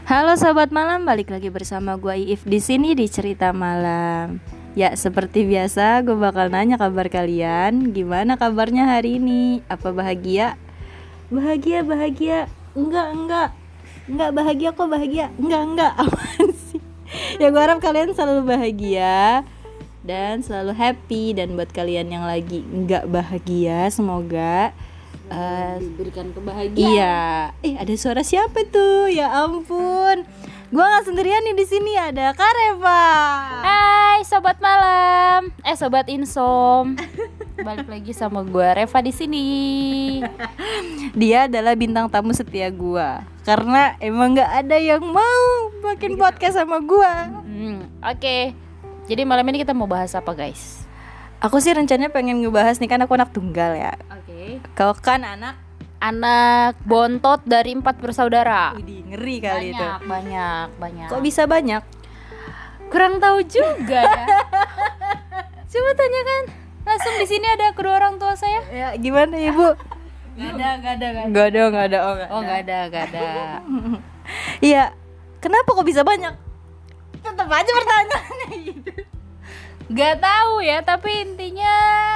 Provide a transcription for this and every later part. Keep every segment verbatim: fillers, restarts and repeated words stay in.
Halo sobat malam, balik lagi bersama gua Iif di sini di Cerita Malam. Ya, seperti biasa gue bakal nanya kabar kalian. Gimana kabarnya hari ini? Apa bahagia? Bahagia, bahagia. Enggak, enggak. Enggak bahagia kok bahagia. Enggak, enggak. Apaan sih? Ya gue harap kalian selalu bahagia dan selalu happy. Dan buat kalian yang lagi enggak bahagia, semoga Uh, diberikan kebahagiaan. Iya. Eh, ada suara siapa tuh? Ya ampun. Gua nggak sendirian nih di sini, ada Kak Reva. Hai sobat malam. Eh sobat insom. Balik lagi sama gua Reva di sini. Dia adalah bintang tamu setia gua. Karena emang nggak ada yang mau bikin podcast sama gua. Hmm, Oke. Okay. Jadi malam ini kita mau bahas apa, guys? Aku sih rencananya pengen ngebahas nih, kan aku anak tunggal ya. Oke. Okay. Kau kan anak anak bontot dari empat bersaudara. Widih, ngeri kali banyak, itu. Banyak, banyak, banyak. Kok bisa banyak? Kurang tahu juga ya. Coba tanyakan. Langsung di sini ada kedua orang tua saya. Ya, gimana Ibu? Gak ada, gak ada, gak ada. Gak ada, gak ada. Oh, gak ada. Oh, gak ada, gak ada. Iya. Kenapa kok bisa banyak? Tetap aja pertanyaannya gitu. Gak tahu ya, tapi intinya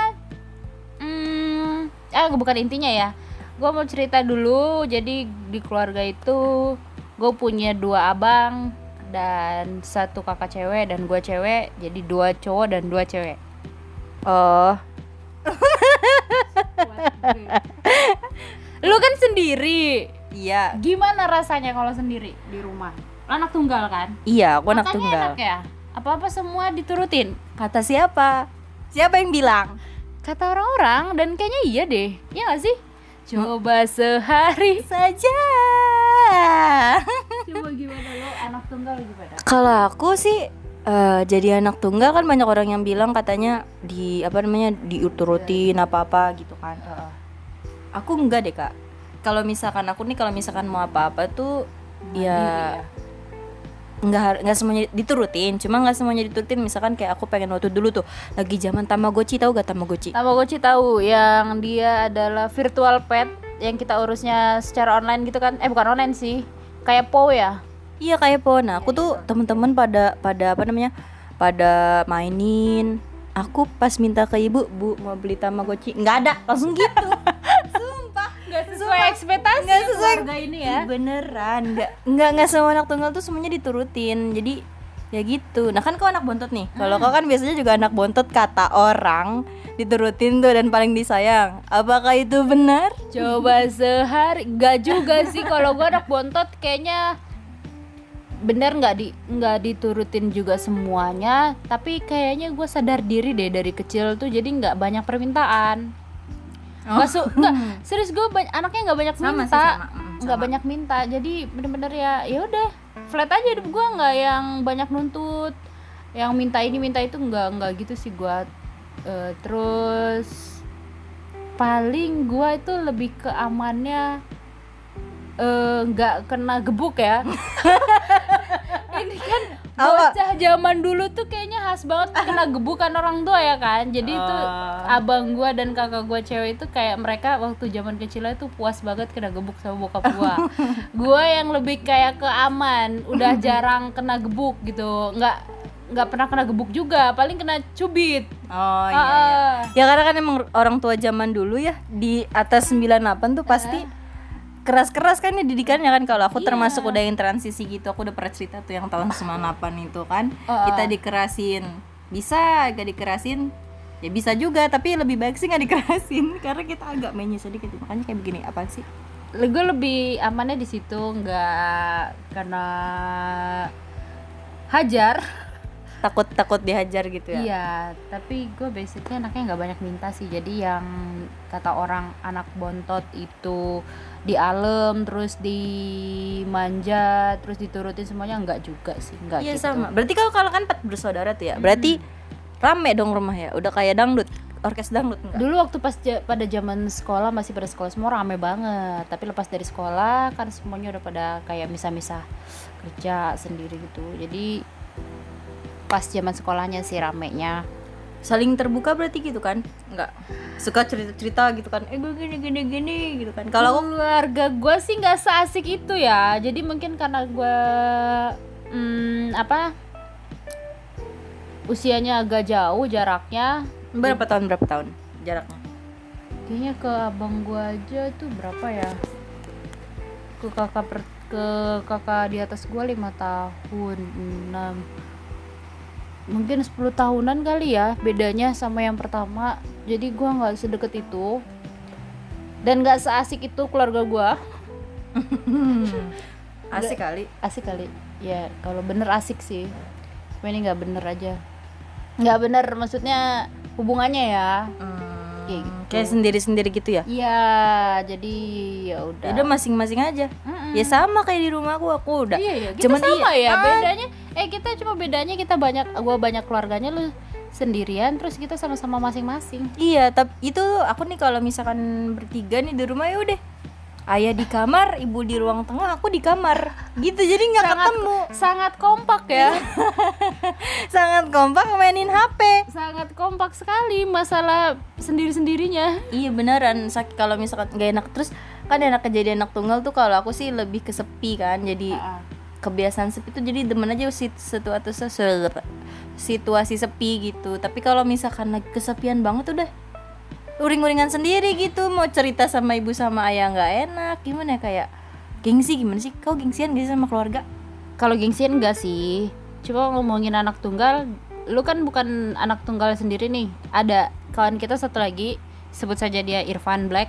hmm, ah bukan intinya ya. Gue mau cerita dulu. Jadi di keluarga itu gue punya dua abang dan satu kakak cewek dan gue cewek. Jadi dua cowok dan dua cewek. Oh. Lu kan sendiri. Iya. Gimana rasanya kalau sendiri di rumah? Lu anak tunggal kan? Iya, aku anak Makanya tunggal. Enak ya? Apa-apa semua diturutin. Kata siapa? Siapa yang bilang? Kata orang-orang, dan kayaknya iya deh. Iya gak sih? Coba sehari Saja. Coba gimana lo anak tunggal gimana? Kalau aku sih eh, jadi anak tunggal kan banyak orang yang bilang katanya di apa namanya diuturutin apa-apa gitu kan. Uh, Aku enggak deh, Kak. Kalau misalkan aku nih kalau misalkan mau apa-apa tuh ya, ya. nggak nggak semuanya diturutin, cuma nggak semuanya diturutin. Misalkan kayak aku pengen waktu dulu tuh lagi zaman Tamagotchi, tahu gak Tamagotchi? Tamagotchi tahu, yang dia adalah virtual pet yang kita urusnya secara online gitu kan? Eh bukan online sih, kayak P O ya? Iya kayak Po. Nah aku tuh temen-temen pada pada apa namanya pada mainin. Aku pas minta ke ibu, bu mau beli Tamagotchi, nggak ada, langsung gitu. Sumpah, Gak sesuai ekspektasi nggak sesuai keluarga ini ya? Ih, beneran, nggak nggak nggak semua anak tunggal tuh semuanya diturutin. Jadi ya gitu. Nah kan kau anak bontot nih. Kalau kau kan biasanya juga anak bontot, kata orang diturutin tuh dan paling disayang. Apakah itu benar? Coba sehari, gak juga sih. Kalau gue anak bontot kayaknya bener nggak di nggak diturutin juga semuanya, tapi kayaknya gue sadar diri deh dari kecil tuh, jadi nggak banyak permintaan. Oh. Nggak su- nggak serius, gue ba- anaknya nggak banyak Sama sih, minta, sama. Mm, nggak sama. banyak minta, jadi bener-bener ya ya udah flat aja hidup gue, nggak yang banyak nuntut, yang minta ini minta itu, nggak nggak gitu sih gue. Eh, terus paling gue itu lebih ke amannya nggak uh, kena gebuk ya. Ini kan bocah zaman dulu tuh kayaknya khas banget kena gebukan orang tua ya kan. Jadi itu uh. abang gua dan kakak gua cewek itu kayak mereka waktu zaman kecilnya tuh puas banget kena gebuk sama bokap gua. Gua yang lebih kayak ke aman, udah jarang kena gebuk gitu. Nggak nggak pernah kena gebuk juga, paling kena cubit. Oh iya, iya. Ya karena kan emang orang tua zaman dulu ya di atas sembilan puluh delapan tuh pasti uh. keras-keras kan ya didikannya kan. Kalau aku Iya. termasuk udah yang transisi gitu, aku udah pernah cerita tuh yang tahun sembilan puluh delapan itu kan. Uh-uh. Kita dikerasin, bisa gak dikerasin ya bisa juga, tapi lebih baik sih gak dikerasin karena kita agak menyes sedikit. Makanya kayak begini, apa sih? Gue lebih amannya di situ, nggak karena hajar. Takut-takut dihajar gitu ya. Iya, tapi gue basically anaknya nggak banyak minta sih. Jadi yang kata orang anak bontot itu dialem, terus dimanja, terus diturutin semuanya, nggak juga sih, nggak Iya gitu. sama. Berarti kalau kalau kan empat bersaudara tuh ya. Berarti hmm. rame dong rumah ya. Udah kayak dangdut, orkes dangdut enggak? Dulu waktu pas ja- pada zaman sekolah, masih pada sekolah semua rame banget. Tapi lepas dari sekolah kan semuanya udah pada kayak misah-misah kerja sendiri gitu. Jadi pas zaman sekolahnya sih ramenya. saling terbuka berarti gitu kan? Enggak. Suka cerita-cerita gitu kan. Eh gue gini gini gini gitu kan. Kalau aku keluarga gue sih nggak seasik itu ya. Jadi mungkin karena gue hmm, apa usianya agak jauh jaraknya. berapa tahun berapa tahun jaraknya? Kayaknya ke abang gue aja tuh berapa ya? Ke kakak per, ke kakak di atas gue lima tahun, enam, mungkin sepuluh tahunan kali ya bedanya sama yang pertama. Jadi gue nggak sedeket itu dan nggak seasik itu keluarga gue. Asik kali. Asik kali ya, kalau bener asik sih, cuma ini nggak bener aja, nggak bener maksudnya hubungannya ya. Hmm, kayak gitu. Kayak sendiri-sendiri gitu ya? Iya, jadi ya udah. Udah masing-masing aja. Mm-mm. Ya sama kayak di rumah aku, aku udah. Iya, iya. Kita Cuman sama iya, ya, ah, bedanya eh kita cuma bedanya kita banyak, gua banyak keluarganya, lu sendirian, terus kita sama-sama masing-masing. Iya, tapi itu aku nih kalau misalkan bertiga nih di rumah ya udah. Ayah di kamar, ibu di ruang tengah, aku di kamar. Gitu. Jadi nggak Sangat- ketemu. Sangat kompak ya. Sangat kompak mainin H P. Sangat kompak sekali masalah sendiri-sendirinya. Iya beneran. Sak- Kalau misalkan nggak enak terus kan enak kejadian anak tunggal tuh, kalau aku sih lebih ke sepi kan. Jadi kebiasaan sepi tuh jadi demen aja sit- situasi situasi sepi gitu. Tapi kalau misalkan lagi kesepian banget udah uring-uringan sendiri gitu, mau cerita sama ibu sama ayah nggak enak, gimana ya, kayak gengsi. Gimana sih kau gengsian gak sih sama keluarga? Kalau gengsian enggak sih. Coba ngomongin anak tunggal, lu kan bukan anak tunggal sendiri nih. Ada kawan kita satu lagi, sebut saja dia Irfan Black.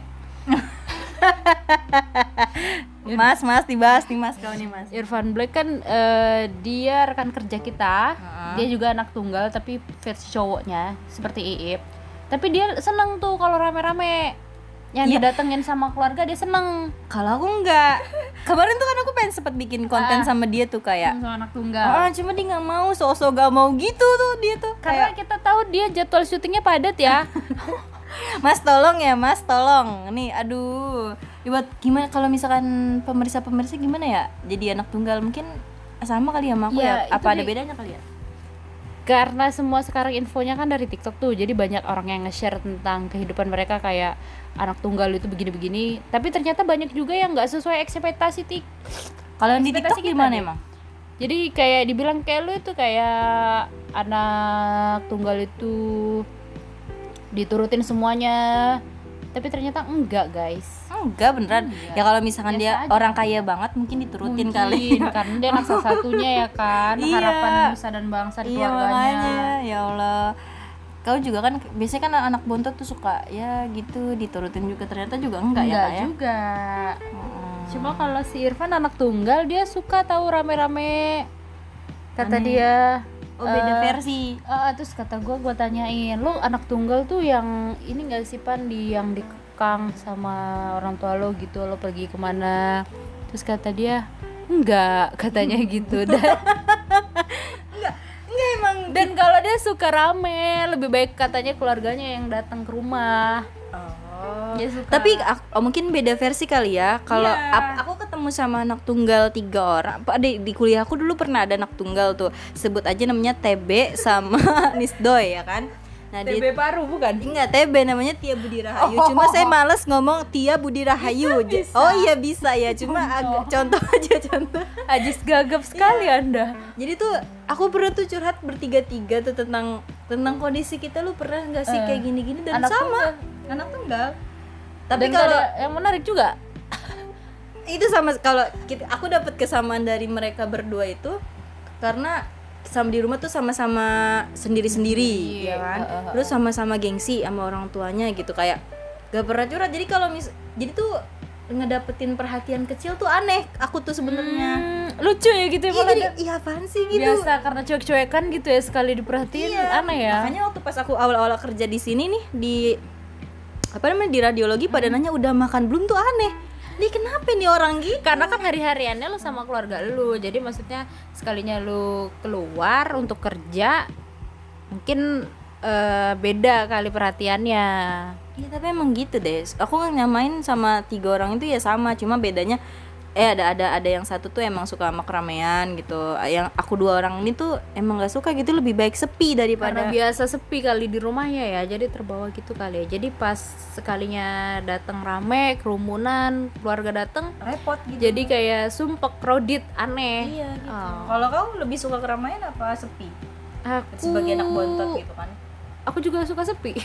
Mas, mas dibahas nih mas, kau nih mas. Irfan Black kan eh, dia rekan kerja kita. Heeh. Dia juga anak tunggal tapi versi cowoknya seperti Iip. Tapi dia seneng tuh kalau rame-rame yang Iya. didatengin sama keluarga, dia seneng. Kalau aku enggak. Kemarin tuh kan aku pengen sempet bikin konten Ah. sama dia tuh kayak Sama anak tunggal. ah, cuma dia nggak mau, sosok gak mau gitu tuh dia tuh. Karena Kayak, kita tahu dia jadwal syutingnya padat ya. Mas tolong ya mas, tolong. Nih, aduh. Buat gimana kalau misalkan pemirsa-pemirsa gimana ya? Jadi anak tunggal mungkin sama kali ya sama aku Ya, ya. itu Apa ada di- bedanya kali ya? Karena semua sekarang infonya kan dari TikTok tuh, jadi banyak orang yang nge-share tentang kehidupan mereka kayak anak tunggal itu begini-begini. Tapi ternyata banyak juga yang nggak sesuai ekspektasi tik. Kalau yang di Ekspektasi TikTok kita gimana deh. emang? Jadi kayak dibilang kayak lu itu kayak anak tunggal itu diturutin semuanya. Tapi ternyata enggak, guys. Enggak beneran. Iya. Ya kalau misalkan Biasa dia aja. orang kaya banget mungkin diturutin Mungkin, kali. karena dia anak satu-satunya ya kan, Iya. harapan nusa dan bangsa di Iya keluarganya. makanya, ya Allah. Kau juga kan biasanya kan anak bontot tuh suka ya gitu diturutin juga, ternyata juga enggak, ya Enggak Kak ya? juga. Mm. Cuma kalau si Irfan anak tunggal, dia suka tahu rame-rame. Kata Aneh. dia, Oh beda eh, versi. "Ah, terus kata gue, gue tanyain, lu anak tunggal tuh yang ini nggak sih Pan, di yang dikekang sama orang tua lo gitu, lo pergi kemana?" Terus kata dia, enggak, katanya gitu. Dan, Enggak emang. dan kalau dia suka rame, lebih baik katanya keluarganya yang datang ke rumah. Oh. Dia suka. Tapi ak- oh, mungkin beda versi kali ya. Kalau Iya. ap- aku ketemu sama anak tunggal tiga orang. Pak di, di kuliah aku dulu pernah ada anak tunggal tuh. Sebut aja namanya T B sama Nisdoy ya kan. Nah, T dia B paru bukan? enggak T B namanya Tia Budi Rahayu. Oh. Cuma saya males ngomong Tia Budi Rahayu. Ja- bisa. Oh iya bisa ya. Cuma agak contoh aja contoh. Ajis gagap sekali Anda. Jadi tuh aku pernah tuh curhat bertiga-tiga tuh tentang tentang kondisi kita. Lu pernah nggak sih Eh, kayak gini-gini dan anak sama tunggal. anak tunggal. Tapi Dan kalau ada yang menarik juga, itu sama kalau kita, aku dapat kesamaan dari mereka berdua itu karena sama di rumah tuh sama-sama sendiri-sendiri Iya, ya kan. uh, uh, uh. Terus sama-sama gengsi sama orang tuanya gitu, kayak gak pernah curhat. Jadi kalau mis jadi tuh ngedapetin perhatian kecil tuh aneh aku tuh sebenarnya. Hmm, lucu ya gitu ya, Iya, malah jadi ada- iya apaan sih gitu. biasa karena cuek-cuekan gitu ya, sekali diperhatiin Iya, aneh ya. Makanya waktu pas aku awal-awal kerja di sini nih di apa namanya di radiologi pada nanya udah makan belum tuh aneh. Nih kenapa nih orang gitu? Karena kan hari-hariannya lu sama keluarga lu, jadi maksudnya sekalinya lu keluar untuk kerja mungkin eh, beda kali perhatiannya. Iya tapi emang gitu deh. Aku nyamain sama tiga orang itu ya sama, cuma bedanya eh ada ada ada yang satu tuh emang suka sama keramaian gitu. Yang aku dua orang ini tuh emang nggak suka gitu, lebih baik sepi daripada. Karena biasa sepi kali di rumahnya ya, jadi terbawa gitu kali ya. Jadi pas sekalinya datang rame, kerumunan, keluarga datang, repot gitu. jadi kayak sumpek, crowded, aneh. Iya gitu. Oh. Kalau kamu lebih suka keramaian apa sepi? Aku Sebagai anak bontot gitu kan. Aku juga suka sepi.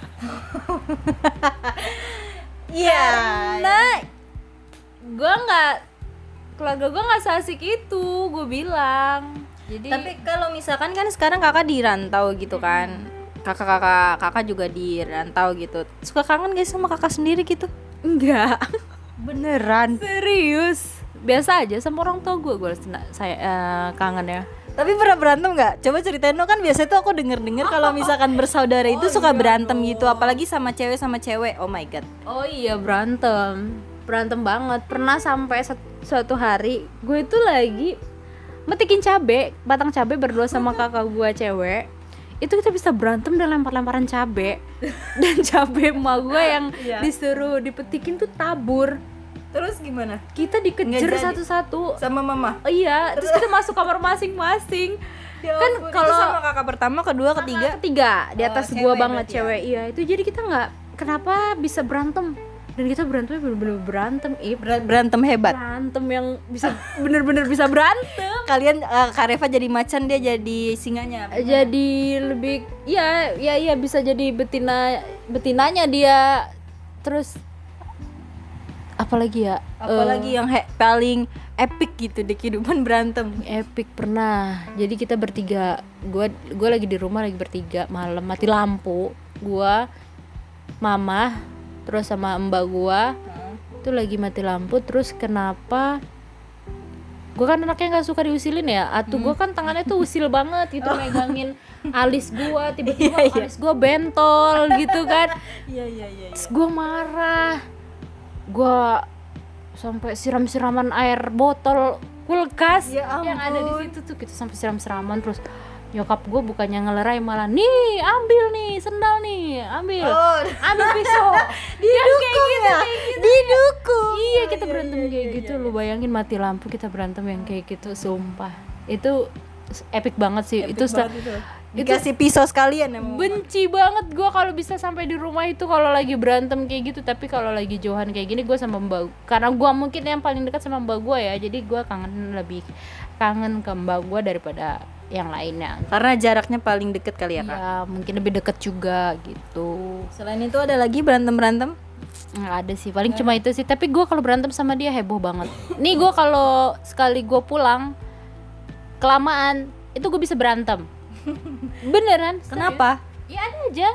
Iya. Karena gue nggak, keluarga gue nggak seasik itu, gue bilang. Jadi Tapi kalau misalkan kan sekarang kakak di rantau gitu kan, kakak-kakak kakak juga di rantau gitu, suka kangen gak sama kakak sendiri gitu? enggak. Beneran? Serius, biasa aja sama orang tua gue, gue saya uh, kangen ya. Tapi pernah berantem nggak? Coba ceritain dong, kan biasanya tuh aku denger-denger kalau misalkan bersaudara itu Oh, suka iya berantem dong. gitu, apalagi sama cewek sama cewek. Oh my god. Oh iya, berantem berantem banget. Pernah sampai satu, suatu hari gue itu lagi metikin cabe, batang cabe berdua sama kakak gue cewek. Itu kita bisa berantem dan lempar-lemparan cabe. Dan cabe emak gue yang Iya. disuruh dipetikin tuh tabur. Terus gimana? Kita dikejar Nggak jadi. satu-satu. Sama mama? Oh iya, terus kita masuk kamar masing-masing. Ya Kan ampun, kalau- itu sama kakak pertama, kedua, ketiga. Ketiga, di Oh, atas cewek gua banget berarti ya? cewek. Iya, itu jadi kita nggak, kenapa bisa berantem? Dan kita berantemnya bener-bener berantem, ih Ber- berantem hebat. berantem yang bisa bener-bener bisa berantem. Kalian uh, Kak Reva jadi macan, dia jadi singanya. Jadi lebih, ya ya ya bisa jadi betina, betinanya dia. Terus apalagi ya? Apalagi yang he- paling epic gitu di kehidupan berantem. Epic pernah. Jadi kita bertiga, gua gua lagi di rumah lagi bertiga, malam mati lampu. Gua, mama, terus sama mbak gua itu lagi mati lampu. Terus kenapa? Gua kan anaknya nggak suka diusilin ya. Atuh gua kan tangannya tuh usil banget gitu, megangin alis gua, tiba-tiba Iya, iya. alis gua bentol gitu kan. Iya iya iya. Terus gua marah. Gua sampai siram-siraman air botol kulkas Ya yang ada di ampun. situ tuh, kita sampai siram-siraman. Terus nyokap gue bukannya ngelerai, malah nih ambil nih sendal nih, ambil Oh, ambil pisau. didukung ya, didukung. Iya, kita berantem iya, kayak iya, gitu. iya. Lu bayangin mati lampu kita berantem yang kayak gitu, sumpah itu epic banget sih. Epic itu sta- banget itu. itu Dikasih pisau sekalian emang. benci banget gue kalau bisa sampai di rumah itu kalau lagi berantem kayak gitu. Tapi kalau lagi jauhan kayak gini, gue sama mbak, karena gue mungkin yang paling dekat sama mbak gue ya, jadi gue kangen, lebih kangen ke mbak gue daripada yang lainnya. Karena jaraknya paling deket kali ya, Kak. Ya mungkin lebih deket juga gitu. Selain itu ada lagi berantem-berantem? Nggak ada sih, paling cuma itu sih. Tapi gue kalau berantem sama dia heboh banget. Nih gue kalau sekali gue pulang kelamaan itu gue bisa berantem. Beneran? Kenapa? Ya ada aja.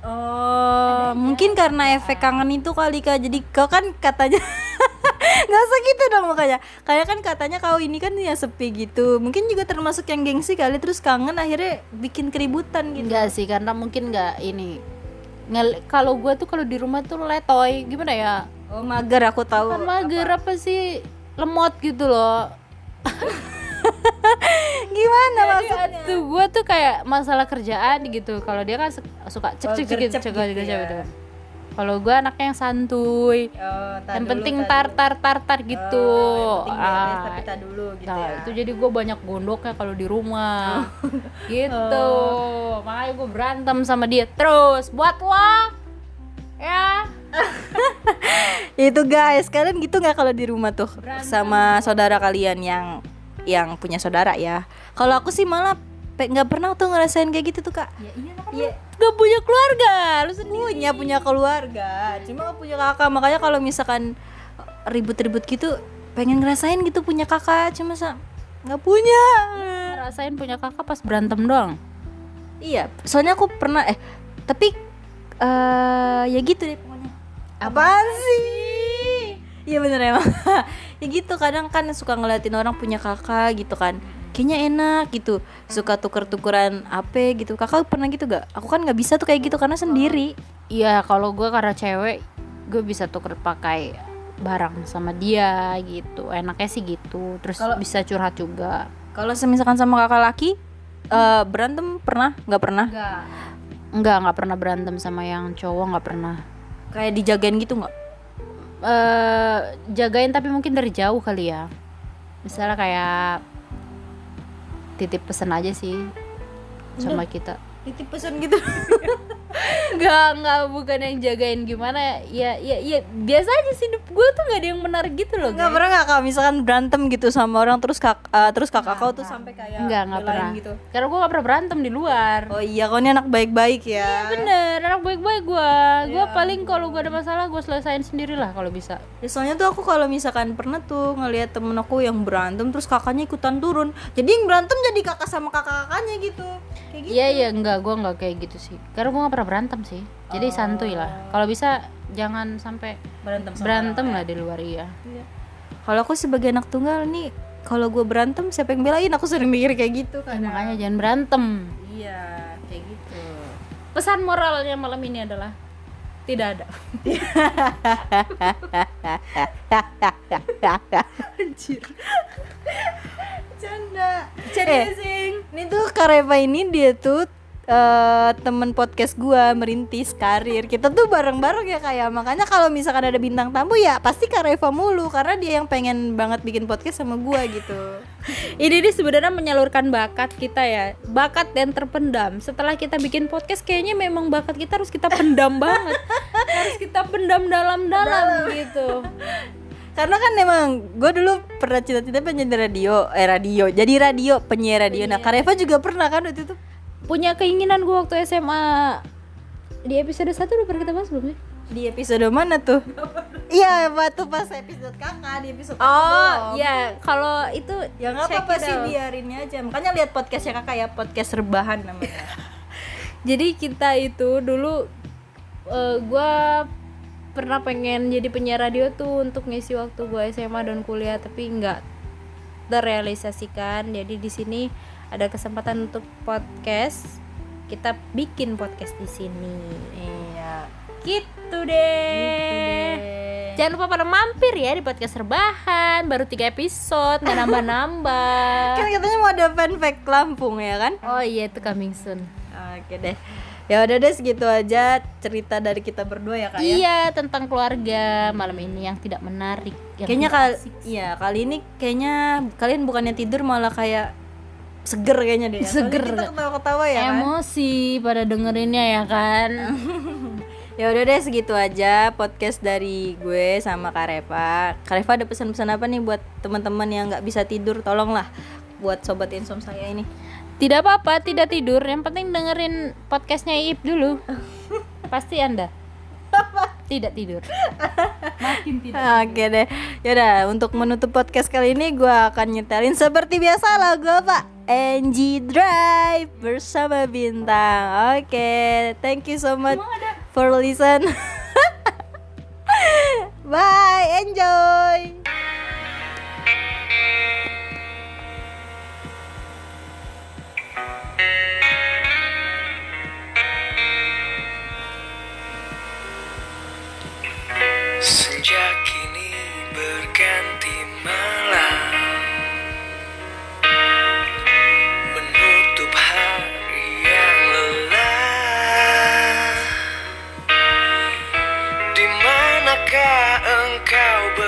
Oh, mungkin karena efek kangen itu kali, Kak. Jadi kau kan katanya nggak usah gitu dong makanya. Kayak kan katanya kau ini kan ya sepi gitu. Mungkin juga termasuk yang gengsi kali, terus kangen akhirnya bikin keributan gitu. Enggak sih, karena mungkin nggak ini. Ngel- kalau gue tuh kalau di rumah tuh letoy, gimana ya? Oh, mager, aku tahu. Kan mager apa sih? Lemot gitu loh. Gimana maksudnya? Tuh gue tuh kayak masalah kerjaan gitu. Kalau dia kan su- suka cek Oh, cek cek gitu, gercep cek gitu gitu, ya. gitu. Kalau gue anaknya yang santuy. Oh, tar Yang dulu, penting tar tar dulu. tar tar tar gitu. Oh, yang penting beres, Ah, tapi tar dulu gitu nah, ya. itu jadi gue banyak gondoknya kalau di rumah. Gitu. Makanya gue berantem sama dia terus. Buat lo ya. Itu guys, kalian gitu nggak kalau di rumah tuh Berantem. sama saudara kalian yang yang punya saudara ya? Kalau aku sih malah pe- nggak pernah tuh ngerasain kayak gitu tuh, Kak. Ya iya, Iya, gak punya keluarga, lu sendiri. punya punya keluarga, cuma nggak punya kakak. Makanya kalau misalkan ribut-ribut gitu, pengen ngerasain gitu punya kakak, cuma sa- nggak punya. Rasain punya kakak pas berantem doang. Iya, soalnya aku pernah eh tapi eh ya gitu deh pokoknya. Apaan sih? Iya bener emang. Ya gitu, kadang kan suka ngeliatin orang punya kakak gitu kan, kayaknya enak gitu, suka tuker-tukeran H P gitu. Kakak pernah gitu gak? Aku kan nggak bisa tuh kayak gitu karena sendiri. Iya, kalau gue karena cewek, gue bisa tuker pakai barang sama dia gitu. Enaknya sih gitu. Terus Kalau- bisa curhat juga. Kalau semisalkan sama kakak laki eh, berantem pernah? Nggak pernah? Enggak. Enggak, enggak pernah berantem sama yang cowok, enggak pernah. Kayak dijagain gitu nggak? eh, jagain tapi mungkin dari jauh kali ya. Misalnya kayak titip pesan aja sih sama kita. Titip pesan gitu. Nggak, nggak bukan yang jagain gimana ya, ya, ya biasa aja sih hidup gue tuh nggak ada yang menarik gitu loh. Nggak pernah nggak, kalau misalkan berantem gitu sama orang terus kak uh, terus kakak kau tuh sampai kayak nggak nggak belain pernah gitu. Karena gue nggak pernah berantem di luar. Oh iya, kau ini anak baik-baik ya. Bener, anak baik-baik gue. Gue Iya. paling kalau gue ada masalah gue selesain sendiri lah kalau bisa. Ya, soalnya tuh aku kalau misalkan pernah tuh ngelihat temen aku yang berantem terus kakaknya ikutan turun, jadi yang berantem jadi kakak sama kakak-kakaknya gitu. Kayak gitu. Iya iya enggak, gue nggak kayak gitu sih. Karena gue nggak pernah berantem sih. Jadi Oh. santuy lah. Kalau bisa jangan sampai Berantem sama berantem orang, lah di luar iya. Iya. Kalau aku sebagai anak tunggal nih, kalau gue berantem siapa yang belain? Aku sering mikir kayak gitu Eh, kan. makanya jangan berantem. Iya, kayak gitu. Pesan moralnya malam ini adalah tidak ada. Anjir. Canda. Canda sing. Ini tuh Kareva ini dia tuh eh, temen podcast gua merintis karir. Kita tuh bareng-bareng ya kayak. Makanya kalau misalkan ada bintang tamu ya pasti Kareva mulu karena dia yang pengen banget bikin podcast sama gua gitu. Ini nih sebenarnya menyalurkan bakat kita ya, bakat yang terpendam. Setelah kita bikin podcast kayaknya memang bakat kita harus kita pendam banget, harus kita pendam dalam-dalam gitu. Karena kan emang gue dulu pernah cita-cita pengen jadi radio, eh radio, jadi radio penyiar radio. Nah Kareva juga pernah kan waktu itu. Punya keinginan gue waktu S M A. Di episode satu udah pernah kita bahas belum sih? Di episode mana tuh? Iya, waktu pas episode kakak di episode Oh ya, kalau itu ya nggak check apa-apa it sih, out. biarin aja. Makanya lihat podcastnya kakak ya, podcast rebahan namanya. Jadi kita itu dulu eh, gua pernah pengen jadi penyiar radio tuh untuk ngisi waktu gua S M A dan kuliah, tapi nggak terrealisasikan. Jadi di sini ada kesempatan untuk podcast. Kita bikin podcast di sini. Iya. Gitu deh. Jangan lupa pada mampir ya di podcast rebahan. Baru tiga episode, nggak nambah-nambah. Kan katanya mau ada fun fact Lampung ya kan? Oh iya, itu coming soon. Oke deh. Ya udah deh, segitu aja cerita dari kita berdua ya kak ya. Iya, tentang keluarga malam ini yang tidak menarik. Yang Kayaknya tidak kali, asik. iya kali ini kayaknya kalian bukannya tidur malah kayak seger kayaknya deh. Ya. Soalnya Seger. kita ketawa-ketawa ya kan. Emosi pada dengerinnya ya kan. Ya udah deh, segitu aja podcast dari gue sama Kareva. Kareva ada pesan-pesan apa nih buat teman-teman yang nggak bisa tidur? Tolonglah buat sobat insom saya ini. Tidak apa-apa, tidak tidur. Yang penting dengerin podcastnya Iip dulu. Pasti Anda tidak tidur. Makin tidak. Oke deh. Yaudah, untuk menutup podcast kali ini gue akan nyetelin seperti biasa lagu apa? N G Drive bersama Bintang. Oke, thank you so much for listen. Bye, enjoy. Senja kini berganti malam, menutup hari yang lelah. Di manakah engkau